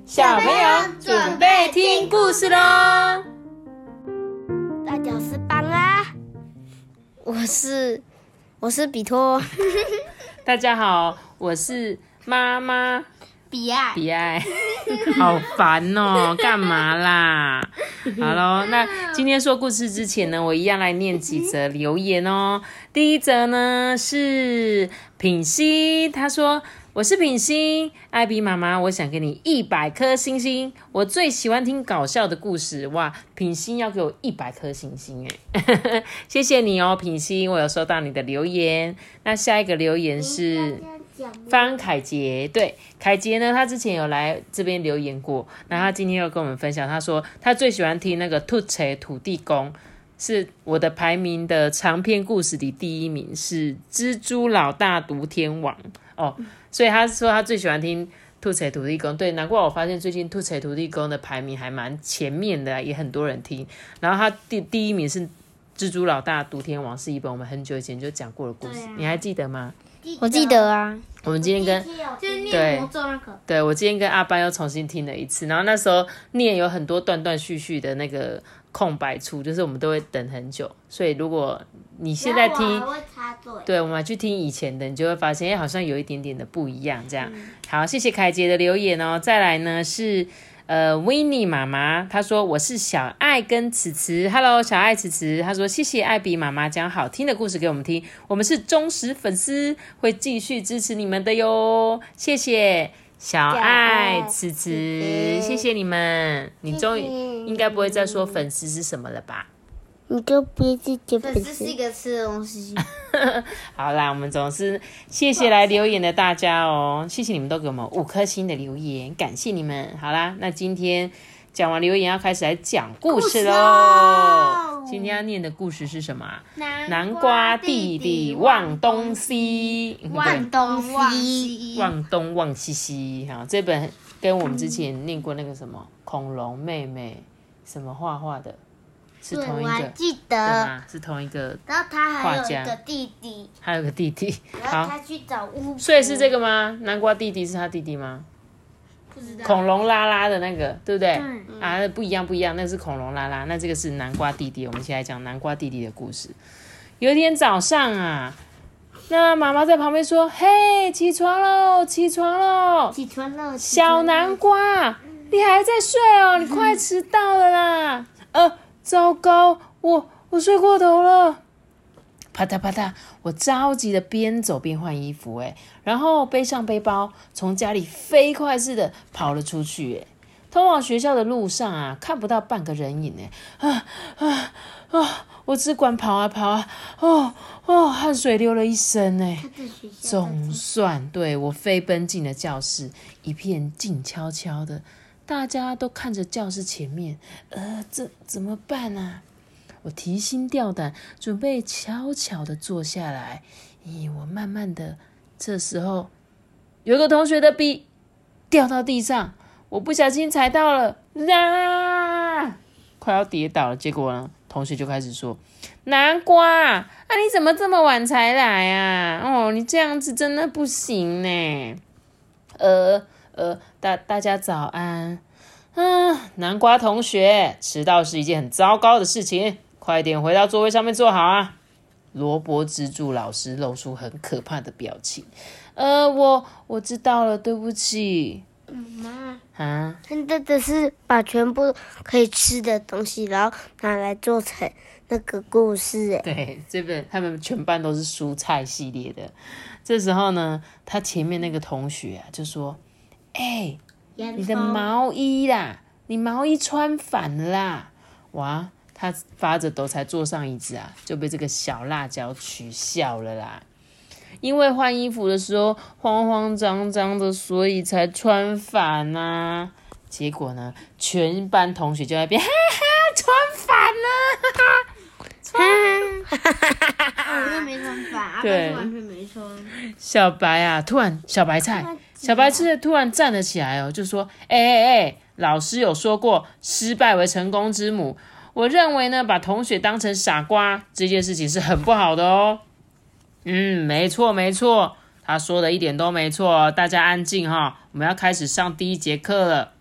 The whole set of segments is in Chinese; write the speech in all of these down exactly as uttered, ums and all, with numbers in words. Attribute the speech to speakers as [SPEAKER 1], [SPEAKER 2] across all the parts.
[SPEAKER 1] 小朋友准备听故事咯。
[SPEAKER 2] 大家是棒啊，我是我是比托。
[SPEAKER 1] 大家好，我是妈妈
[SPEAKER 2] 比爱
[SPEAKER 1] 比爱。好烦哦，干嘛啦？好咯，那今天说故事之前呢，我一样来念几则留言哦。第一则呢是品熙，他说：我是品熙，艾比妈妈，我想给你一百颗星星。我最喜欢听搞笑的故事，哇！品熙要给我一百颗星星哎，谢谢你哦，品熙，我有收到你的留言。那下一个留言是方凯杰，对，凯杰呢，他之前有来这边留言过，那他今天又跟我们分享，他说他最喜欢听那个兔贼土地公。是我的排名的长篇故事里第一名是蜘蛛老大毒天王哦，所以他说他最喜欢听兔贼土地公，对，难怪我发现最近兔贼土地公的排名还蛮前面的，也很多人听。然后他第第一名是蜘蛛老大毒天王，是一本我们很久以前就讲过的故事，啊、你还记得吗？
[SPEAKER 2] 我记得啊。
[SPEAKER 1] 我们今天跟
[SPEAKER 2] 就是念魔咒那个，
[SPEAKER 1] 对，我今天跟阿班又重新听了一次，然后那时候念有很多断断续续的那个空白处，就是我们都会等很久，所以如果你现在听，
[SPEAKER 2] 我还会插嘴，
[SPEAKER 1] 对，我们去听以前的，你就会发现，哎，好像有一点点的不一样，这样。嗯、好，谢谢凯杰的留言哦。再来呢是呃维尼妈妈，她说我是小爱跟慈慈 ，Hello 小爱慈慈，她说谢谢艾比妈妈讲好听的故事给我们听，我们是忠实粉丝，会继续支持你们的哟，谢谢。小爱慈慈，谢谢你们！你终于应该不会再说粉丝是什么了吧？
[SPEAKER 2] 你就不会去讲粉丝是一个吃的东西。
[SPEAKER 1] 好啦，我们总是谢谢来留言的大家哦，谢谢你们都给我们五颗星的留言，感谢你们。好啦，那今天讲完留言要开始来讲故事喽。今天要念的故事是什么、啊？南瓜弟弟忘东西，
[SPEAKER 2] 忘东西，
[SPEAKER 1] 忘东忘西西。好，这本跟我们之前念过那个什么恐龙妹妹什么画画的，是同一个，
[SPEAKER 2] 我还记得，
[SPEAKER 1] 对吗？是同一个。
[SPEAKER 2] 然后他还有一个弟弟，
[SPEAKER 1] 还有个弟弟。
[SPEAKER 2] 然后他去找巫婆，
[SPEAKER 1] 所以是这个吗？南瓜弟弟是他弟弟吗？
[SPEAKER 2] 不知道，
[SPEAKER 1] 恐龙拉拉的那个，对不对？
[SPEAKER 2] 嗯、
[SPEAKER 1] 啊，不一样不一样，那是恐龙拉拉，那这个是南瓜弟弟。我们现在讲南瓜弟弟的故事。有一天早上啊，那妈妈在旁边说：“嘿，起床喽，起床喽，
[SPEAKER 2] 起床喽，
[SPEAKER 1] 小南瓜，你还在睡哦，你快迟到了啦！”呃，糟糕，我我睡过头了。啪嗒啪嗒，我着急的边走边换衣服，哎，然后背上背包，从家里飞快似的跑了出去，哎，通往学校的路上啊，看不到半个人影，哎，啊啊啊！我只管跑啊跑啊，哦哦，汗水流了一身，哎，总算对我飞奔进了教室，一片静悄悄的，大家都看着教室前面，呃，这怎么办啊？我提心吊胆，准备悄悄的坐下来。咦，我慢慢的，这时候有个同学的笔掉到地上，我不小心踩到了，啊，快要跌倒了。结果呢，同学就开始说：“南瓜，啊，你怎么这么晚才来啊？哦，你这样子真的不行呢。”呃呃，大大家早安。嗯，南瓜同学，迟到是一件很糟糕的事情。快点回到座位上面坐好啊！萝卜蜘蛛老师露出很可怕的表情。呃，我我知道了，对不起。
[SPEAKER 2] 妈
[SPEAKER 1] 啊，
[SPEAKER 2] 真的只是把全部可以吃的东西，然后拿来做成那个故事。
[SPEAKER 1] 对，这本他们全班都是蔬菜系列的。这时候呢，他前面那个同学啊就说：“哎、欸，你的毛衣啦，你毛衣穿反了啦！”哇！他发着抖才坐上椅子啊，就被这个小辣椒取笑了啦。因为换衣服的时候慌慌张张的，所以才穿反啊。结果呢，全班同学就在那边哈哈，穿反了，哈哈，穿反了。
[SPEAKER 2] 我又没穿反，阿
[SPEAKER 1] 对，
[SPEAKER 2] 完全没穿。
[SPEAKER 1] 小白啊，突然小白菜，小白菜突然站了起来哦，就说：“哎哎哎，老师有说过，失败为成功之母。我认为呢，把同学当成傻瓜这件事情是很不好的哦。”嗯，没错没错，他说的一点都没错。大家安静哈，我们要开始上第一节课了。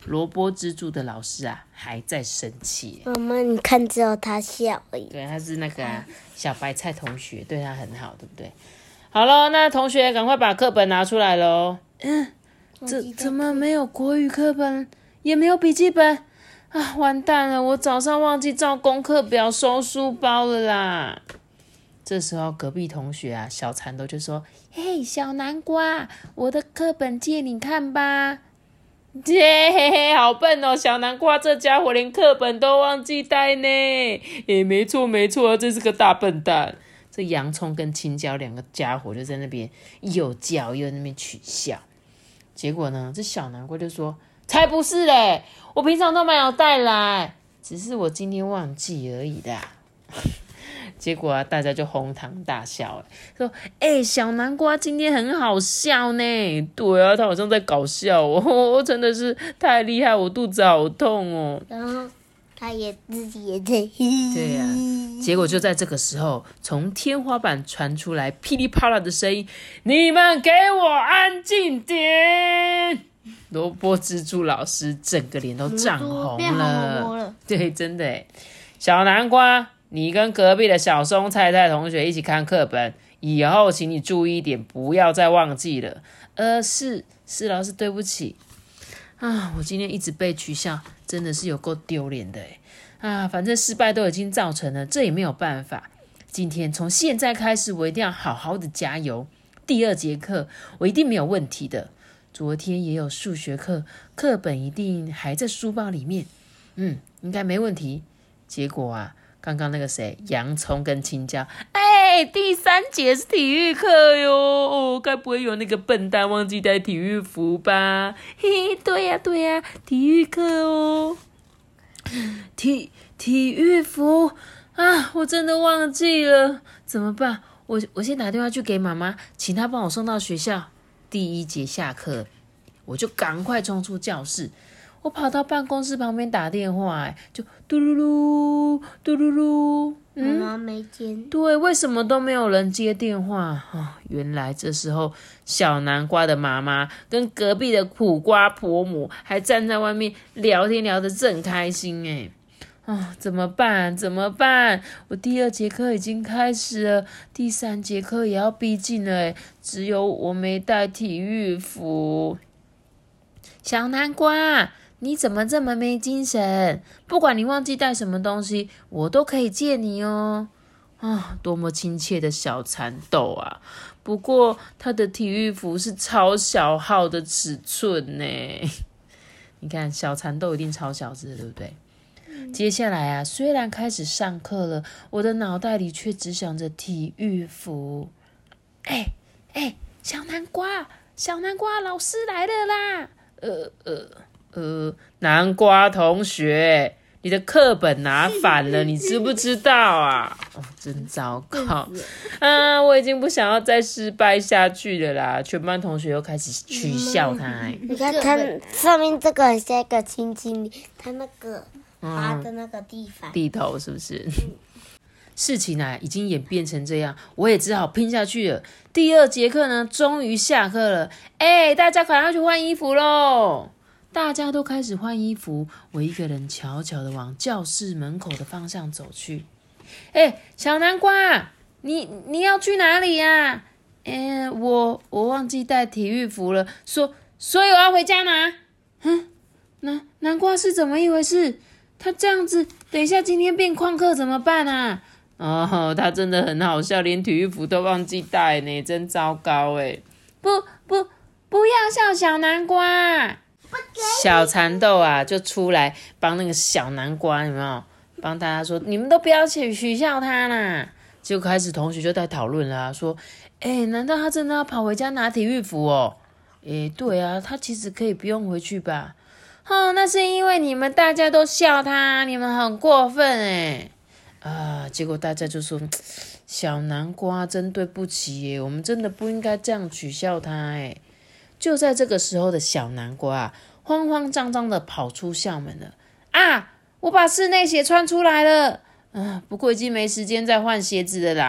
[SPEAKER 1] 萝卜之助的老师啊，还在生气。
[SPEAKER 2] 妈妈，你看只有他笑而已。
[SPEAKER 1] 对，他是那个、啊、小白菜同学，对他很好，对不对？好咯，那同学赶快把课本拿出来咯。嗯，这怎么没有国语课本，也没有笔记本啊？完蛋了，我早上忘记照功课表收书包了啦。这时候隔壁同学啊，小蚕豆就说：“嘿，小南瓜，我的课本借你看吧。”嘿嘿嘿，好笨哦！小南瓜这家伙连课本都忘记带呢。诶，没错没错，这是个大笨蛋。这洋葱跟青椒两个家伙就在那边又叫又在那边取笑。结果呢，这小南瓜就说：“才不是嘞，我平常都没有带来，只是我今天忘记而已啦。”结果啊，大家就哄堂大笑，说：“哎、欸，小南瓜今天很好笑呢。”对啊，他好像在搞笑哦，真的是太厉害，我肚子好痛哦。
[SPEAKER 2] 然后他也自己也在。
[SPEAKER 1] 对呀、啊，结果就在这个时候，从天花板传出来噼里啪啦的声音：“你们给我安静点！”萝卜蜘蛛老师整个脸都涨红了，
[SPEAKER 2] 红了
[SPEAKER 1] 对，真的耶。小南瓜，你跟隔壁的小松菜菜同学一起看课本，以后请你注意一点，不要再忘记了。呃，是是，老师对不起啊，我今天一直被取笑，真的是有够丢脸的耶啊！反正失败都已经造成了，这也没有办法。今天从现在开始，我一定要好好的加油。第二节课我一定没有问题的。昨天也有数学课，课本一定还在书包里面，嗯，应该没问题。结果啊，刚刚那个谁，洋葱跟青椒，哎，第三节是体育课哟，哦，该不会有那个笨蛋忘记带体育服吧？嘿嘿，对呀对呀，体育课哦，体体育服啊，我真的忘记了，怎么办？我我先打电话去给妈妈，请她帮我送到学校。第一节下课，我就赶快冲出教室。我跑到办公室旁边打电话，就嘟噜噜嘟噜噜，
[SPEAKER 2] 嗯，妈妈没接。
[SPEAKER 1] 对，为什么都没有人接电话？哦，原来这时候小南瓜的妈妈跟隔壁的苦瓜婆母还站在外面聊天，聊得正开心哎。哦，怎么办？怎么办？我第二节课已经开始了，第三节课也要逼近了哎，只有我没带体育服。小南瓜，你怎么这么没精神？不管你忘记带什么东西，我都可以借你哦。啊，多么亲切的小蚕豆啊！不过他的体育服是超小号的尺寸呢。你看，小蚕豆一定超小只的，对不对？嗯、接下来啊，虽然开始上课了，我的脑袋里却只想着体育服。哎哎，小南瓜，小南瓜，老师来了啦！呃呃呃，南瓜同学，你的课本拿反了，你知不知道啊？哦，真糟糕啊！我已经不想要再失败下去了啦！全班同学又开始取笑他、欸。
[SPEAKER 2] 你看，它上面这个很像一个青青，它那个拔的那个地方，
[SPEAKER 1] 地头是不是？嗯、事情啊，已经演变成这样，我也只好拼下去了。第二节课呢，终于下课了。哎，大家赶快去换衣服咯！大家都开始换衣服，我一个人悄悄的往教室门口的方向走去。哎，小南瓜，你你要去哪里呀、啊？哎，我我忘记带体育服了，所所以我要回家拿。嗯，南南瓜是怎么一回事？他这样子，等一下今天变旷课怎么办啊？哦，他真的很好笑，连体育服都忘记带呢，真糟糕哎！不不不要笑，小南瓜。小蚕豆啊，就出来帮那个小南瓜，有没有？帮大家说，你们都不要取取笑他啦。就开始同学就在讨论啦，说，哎，难道他真的要跑回家拿体育服哦？哎，对啊，他其实可以不用回去吧？哦，那是因为你们大家都笑他，你们很过分哎。啊，结果大家就说，小南瓜真对不起耶，我们真的不应该这样取笑他哎。就在这个时候的小南瓜啊，慌慌张张的跑出校门了啊！我把室内鞋穿出来了，啊，不过已经没时间再换鞋子了啦。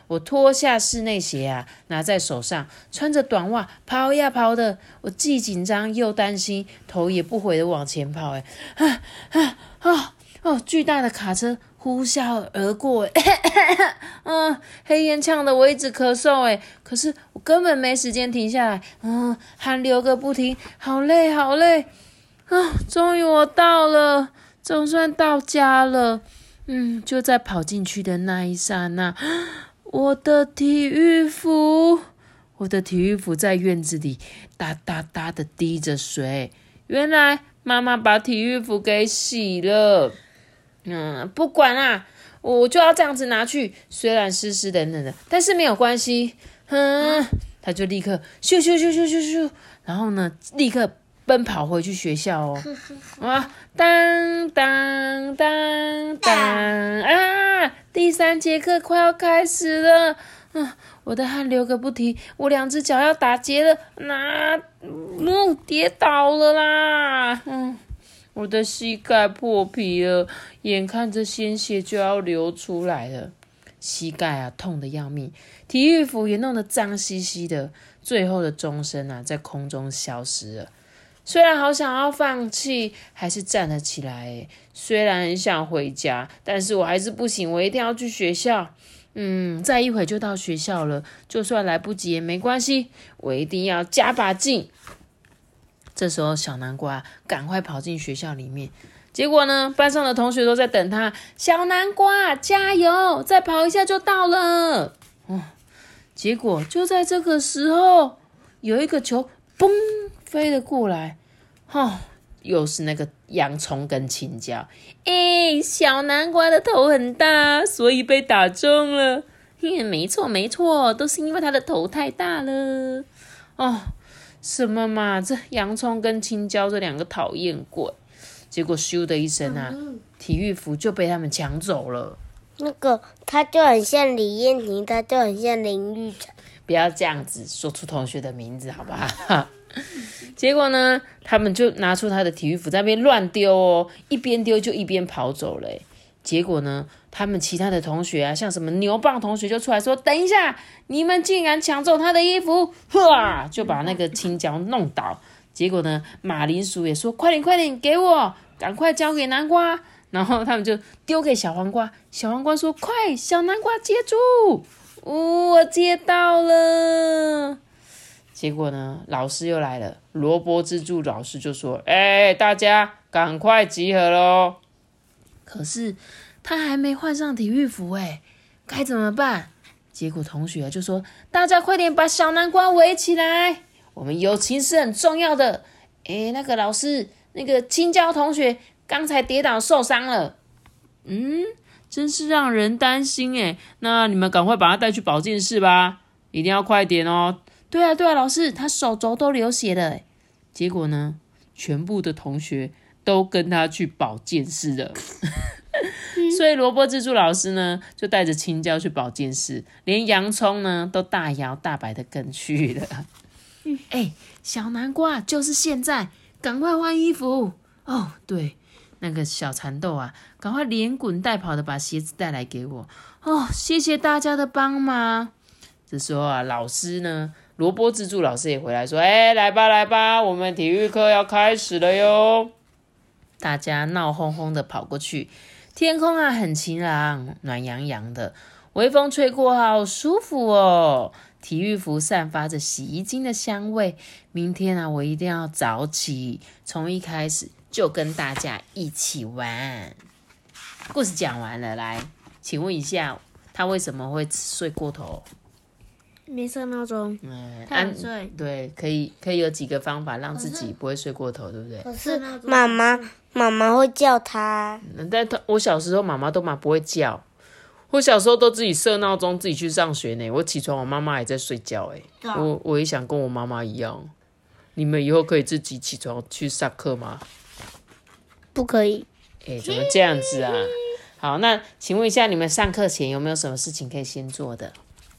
[SPEAKER 1] 我脱下室内鞋啊，拿在手上，穿着短袜跑呀跑的，我既紧张又担心，头也不回的往前跑。哎，啊啊啊！哦，巨大的卡车呼啸而过，嗯，黑烟呛得我一直咳嗽，哎，可是我根本没时间停下来，嗯，汗流个不停，好累好累啊！终于我到了，总算到家了。嗯，就在跑进去的那一刹那，我的体育服，我的体育服在院子里哒哒哒的滴着水，原来妈妈把体育服给洗了。嗯，不管啦，我就要这样子拿去，虽然湿湿冷冷的，但是没有关系。嗯，他就立刻咻咻咻咻咻咻，然后呢，立刻奔跑回去学校哦。啊，当当当当啊！第三节课快要开始了，嗯，我的汗流个不停，我两只脚要打结了，那嗯跌倒了啦，嗯。我的膝盖破皮了，眼看着鲜血就要流出来了，膝盖啊痛得要命，体育服也弄得脏兮兮的，最后的钟声啊在空中消失了。虽然好想要放弃，还是站了起来。虽然很想回家，但是我还是不行，我一定要去学校。嗯，再一会就到学校了，就算来不及也没关系，我一定要加把劲。这时候小南瓜赶快跑进学校里面，结果呢，班上的同学都在等他。小南瓜加油，再跑一下就到了。哦，结果就在这个时候，有一个球嘣飞了过来，哦，又是那个洋葱跟青椒。哎，小南瓜的头很大，所以被打中了。嗯，没错没错，都是因为他的头太大了。哦。什么嘛，这洋葱跟青椒这两个讨厌鬼，结果咻的一声啊，嗯、体育服就被他们抢走了。
[SPEAKER 2] 那个他就很像李燕婷，他就很像林玉成。
[SPEAKER 1] 不要这样子说出同学的名字好不好？结果呢，他们就拿出他的体育服在那边乱丢哦，一边丢就一边跑走了。结果呢，他们其他的同学啊，像什么牛蒡同学就出来说：“等一下，你们竟然抢走他的衣服！”哇，就把那个青椒弄倒。结果呢，马铃薯也说：“快点，快点，给我，赶快交给南瓜。”然后他们就丢给小黄瓜，小黄瓜说：“快，小南瓜接住！”哦，我接到了。结果呢，老师又来了，萝卜蜘蛛老师就说：“哎，大家赶快集合咯。”可是他还没换上体育服哎，该怎么办？结果同学就说：“大家快点把小南瓜围起来，我们友情是很重要的。”哎，那个老师，那个青椒同学刚才跌倒受伤了，嗯，真是让人担心哎。那你们赶快把他带去保健室吧，一定要快点哦。对啊，对啊，老师，他手肘都流血了哎。结果呢，全部的同学都跟他去保健室了。所以萝卜蜘蛛老师呢，就带着青椒去保健室，连洋葱呢都大摇大摆的跟去了。哎、欸，小南瓜就是现在，赶快换衣服哦。对，那个小蚕豆啊，赶快连滚带跑的把鞋子带来给我哦。谢谢大家的帮忙。这时候啊，老师呢，萝卜蜘蛛老师也回来说：“哎、欸，来吧来吧，我们体育课要开始了哟。”大家闹哄哄的跑过去，天空啊很晴朗，暖洋洋的，微风吹过，好舒服哦。体育服散发着洗衣精的香味，明天啊，我一定要早起，从一开始就跟大家一起玩。故事讲完了，来，请问一下，他为什么会睡过头？
[SPEAKER 2] 没设闹钟，
[SPEAKER 1] 嗯，
[SPEAKER 2] 他很睡、啊。
[SPEAKER 1] 对，可以可以有几个方法让自己不会睡过头，对不对？
[SPEAKER 2] 可是妈妈妈妈会叫他，
[SPEAKER 1] 但他我小时候妈妈都嘛不会叫。我小时候都自己设闹钟，自己去上学呢。我起床，我妈妈还在睡觉哎。我我也想跟我妈妈一样。你们以后可以自己起床去上课吗？
[SPEAKER 2] 不可以。
[SPEAKER 1] 哎，怎么这样子啊？好，那请问一下，你们上课前有没有什么事情可以先做的？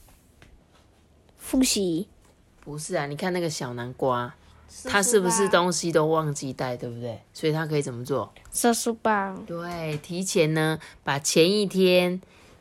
[SPEAKER 2] 复习？
[SPEAKER 1] 不是啊，你看那个小南瓜，他是不是东西都忘记带，对不对？所以他可以怎么做？
[SPEAKER 2] 收书包。
[SPEAKER 1] 对，提前呢，把前一天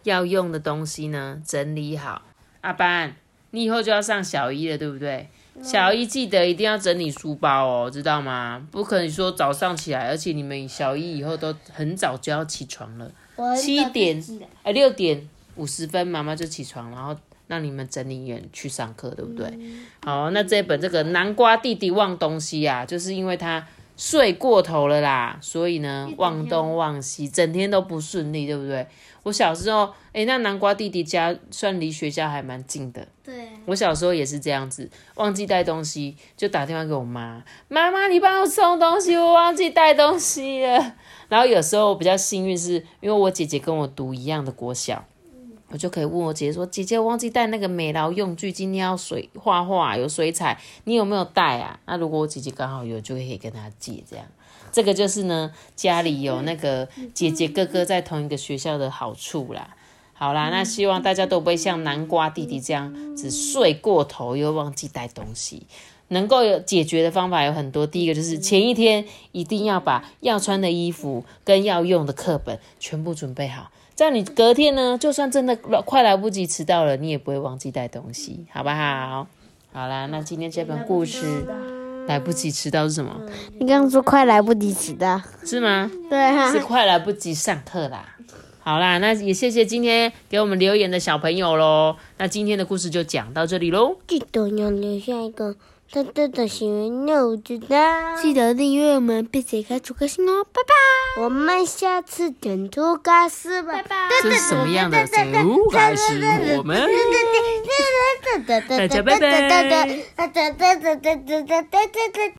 [SPEAKER 1] 要用的东西呢整理好。阿班，你以后就要上小一了，对不对？小一记得一定要整理书包哦，知道吗？不可以说早上起来，而且你们小一以后都很早就要起床了，七点哎六点五十分妈妈就起床，然后让你们整理完去上课，对不对？嗯、好，那这本这个南瓜弟弟忘东西啊，就是因为他睡过头了啦，所以呢忘东忘西，整天都不顺利，对不对？我小时候，哎，那南瓜弟弟家算离学校还蛮近的。
[SPEAKER 2] 对，
[SPEAKER 1] 我小时候也是这样子，忘记带东西就打电话给我妈，妈妈你帮我送东西，我忘记带东西了。然后有时候我比较幸运是，因为我姐姐跟我读一样的国小，我就可以问我姐姐说，姐姐我忘记带那个美劳用具，今天要水画画有水彩，你有没有带啊？那如果我姐姐刚好有，就可以跟她借这样。这个就是呢，家里有那个姐姐哥哥在同一个学校的好处啦。好啦，那希望大家都不会像南瓜弟弟这样只睡过头又忘记带东西。能够有解决的方法有很多，第一个就是前一天一定要把要穿的衣服跟要用的课本全部准备好，这样你隔天呢，就算真的快来不及迟到了，你也不会忘记带东西，好不好？好啦，那今天这本故事来不及迟到是什么？
[SPEAKER 2] 你刚刚说快来不及迟到
[SPEAKER 1] 是吗？
[SPEAKER 2] 对啊，
[SPEAKER 1] 是快来不及上课啦。好啦，那也谢谢今天给我们留言的小朋友咯。那今天的故事就讲到这里咯。
[SPEAKER 2] 记得要留下一个大大的喜欢我知道，记得订阅我们，并且开出个心哦，拜拜。我们下次见，图嘎斯，拜拜。
[SPEAKER 1] 这是什么样的图嘎斯？我们大家拜拜。